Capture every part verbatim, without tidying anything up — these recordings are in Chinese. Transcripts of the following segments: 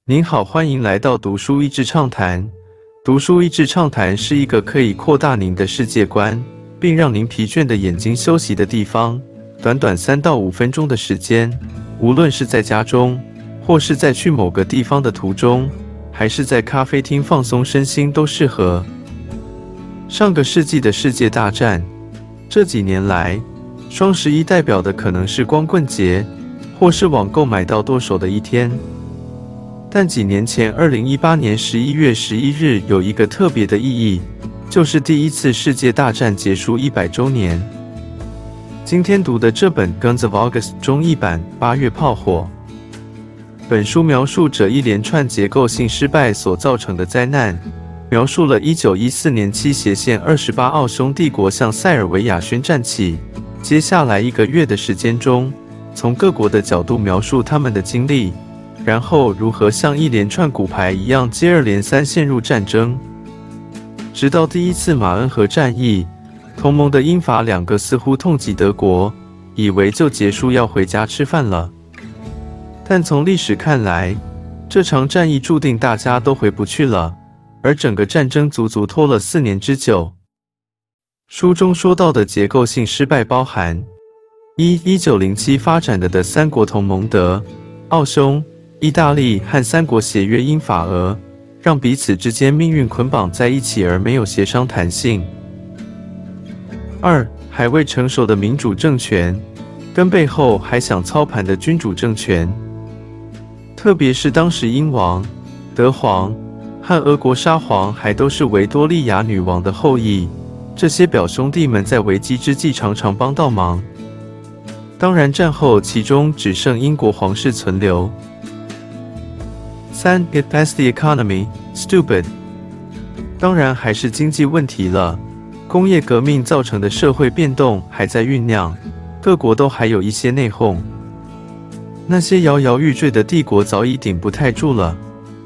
您好，欢迎来到读书益智畅谈。读书益智畅谈是一个可以扩大您的世界观，并让您疲倦的眼睛休息的地方。短短三到五分钟的时间，无论是在家中，或是在去某个地方的途中，还是在咖啡厅放松身心都适合。上个世纪的世界大战，这几年来，双十一代表的可能是光棍节，或是网购买到剁手的一天。但几年前，二零一八年十一月十一日有一个特别的意义，就是第一次世界大战结束一百周年。今天读的这本《Guns of August》中译版八月炮火，本书描述着一连串结构性失败所造成的灾难，描述了一九一四年七斜线二十八奥匈帝国向塞尔维亚宣战起，接下来一个月的时间中，从各国的角度描述他们的经历。然后如何像一连串骨牌一样接二连三陷入战争，直到第一次马恩河战役，同盟的英法两个似乎痛击德国，以为就结束要回家吃饭了。但从历史看来，这场战役注定大家都回不去了，而整个战争足足拖了四年之久。书中说到的结构性失败包含：一、一九零七发展的的三国同盟德、奥匈、意大利和三国协约英法俄，让彼此之间命运捆绑在一起而没有协商弹性。二、还未成熟的民主政权，跟背后还想操盘的君主政权，特别是当时英王、德皇和俄国沙皇还都是维多利亚女王的后裔，这些表兄弟们在危机之际常常帮倒忙。当然战后其中只剩英国皇室存留。三 Get past the economy, stupid。 当然还是经济问题了，工业革命造成的社会变动还在酝酿，各国都还有一些内讧，那些摇摇欲坠的帝国早已顶不太住了。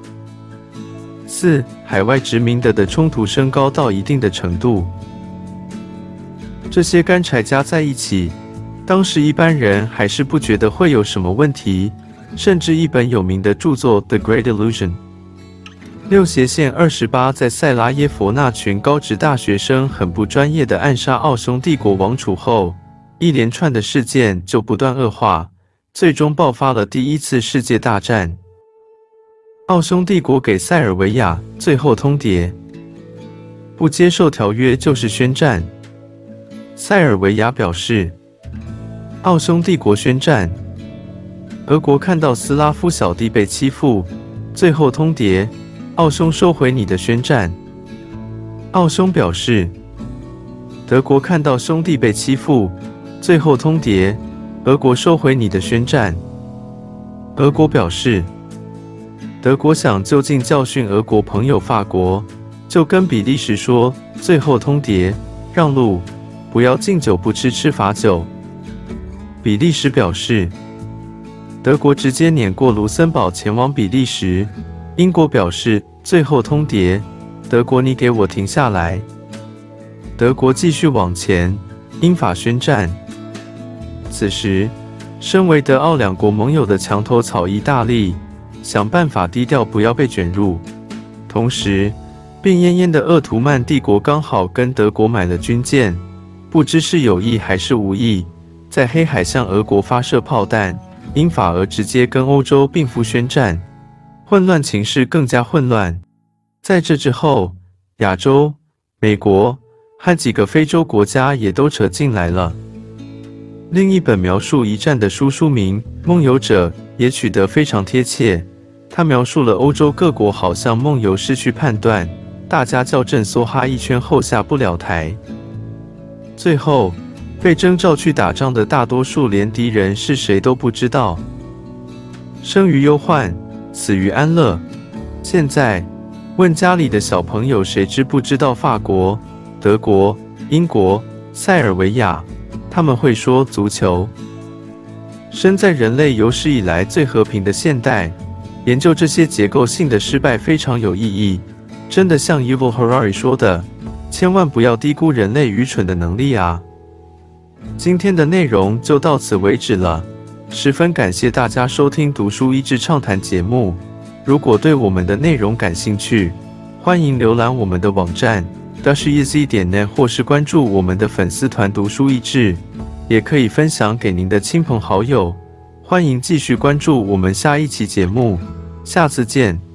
四海外殖民地的冲突升高到一定的程度，这些干柴加在一起，当时一般人还是不觉得会有什么问题，甚至一本有名的著作《The Great Illusion》。六斜线二十八在塞拉耶佛那群高职大学生很不专业的暗杀奥匈帝国王储后，一连串的事件就不断恶化，最终爆发了第一次世界大战。奥匈帝国给塞尔维亚最后通牒，不接受条约就是宣战。塞尔维亚表示，奥匈帝国宣战。俄国看到斯拉夫小弟被欺负，最后通牒，奥匈收回你的宣战。奥匈表示，德国看到兄弟被欺负，最后通牒，俄国收回你的宣战。俄国表示，德国想就近教训俄国朋友法国，就跟比利时说，最后通牒，让路，不要敬酒不吃吃罚酒。比利时表示，德国直接碾过卢森堡前往比利时。英国表示，最后通牒，德国你给我停下来。德国继续往前，英法宣战。此时，身为德奥两国盟友的墙头草意大利，想办法低调不要被卷入。同时，病恹恹的鄂图曼帝国刚好跟德国买了军舰，不知是有意还是无意，在黑海向俄国发射炮弹。英法俄直接跟欧洲并赴宣战，混乱情势更加混乱。在这之后，亚洲、美国和几个非洲国家也都扯进来了。另一本描述一战的书书名《梦游者》也取得非常贴切，它描述了欧洲各国好像梦游失去判断，大家叫阵梭哈一圈后下不了台。最后被征召去打仗的大多数连敌人是谁都不知道，生于忧患，死于安乐。现在问家里的小朋友，谁知不知道法国、德国、英国、塞尔维亚，他们会说足球。身在人类有史以来最和平的现代，研究这些结构性的失败非常有意义。真的像 Yuval Harari 说的，千万不要低估人类愚蠢的能力啊！今天的内容就到此为止了，十分感谢大家收听读书益智畅谈节目。 如果对我们的内容感兴趣，欢迎浏览我们的网站 dash e z 点 net 或是关注我们的粉丝团读书益智，也可以分享给您的亲朋好友。欢迎继续关注我们下一期节目，下次见。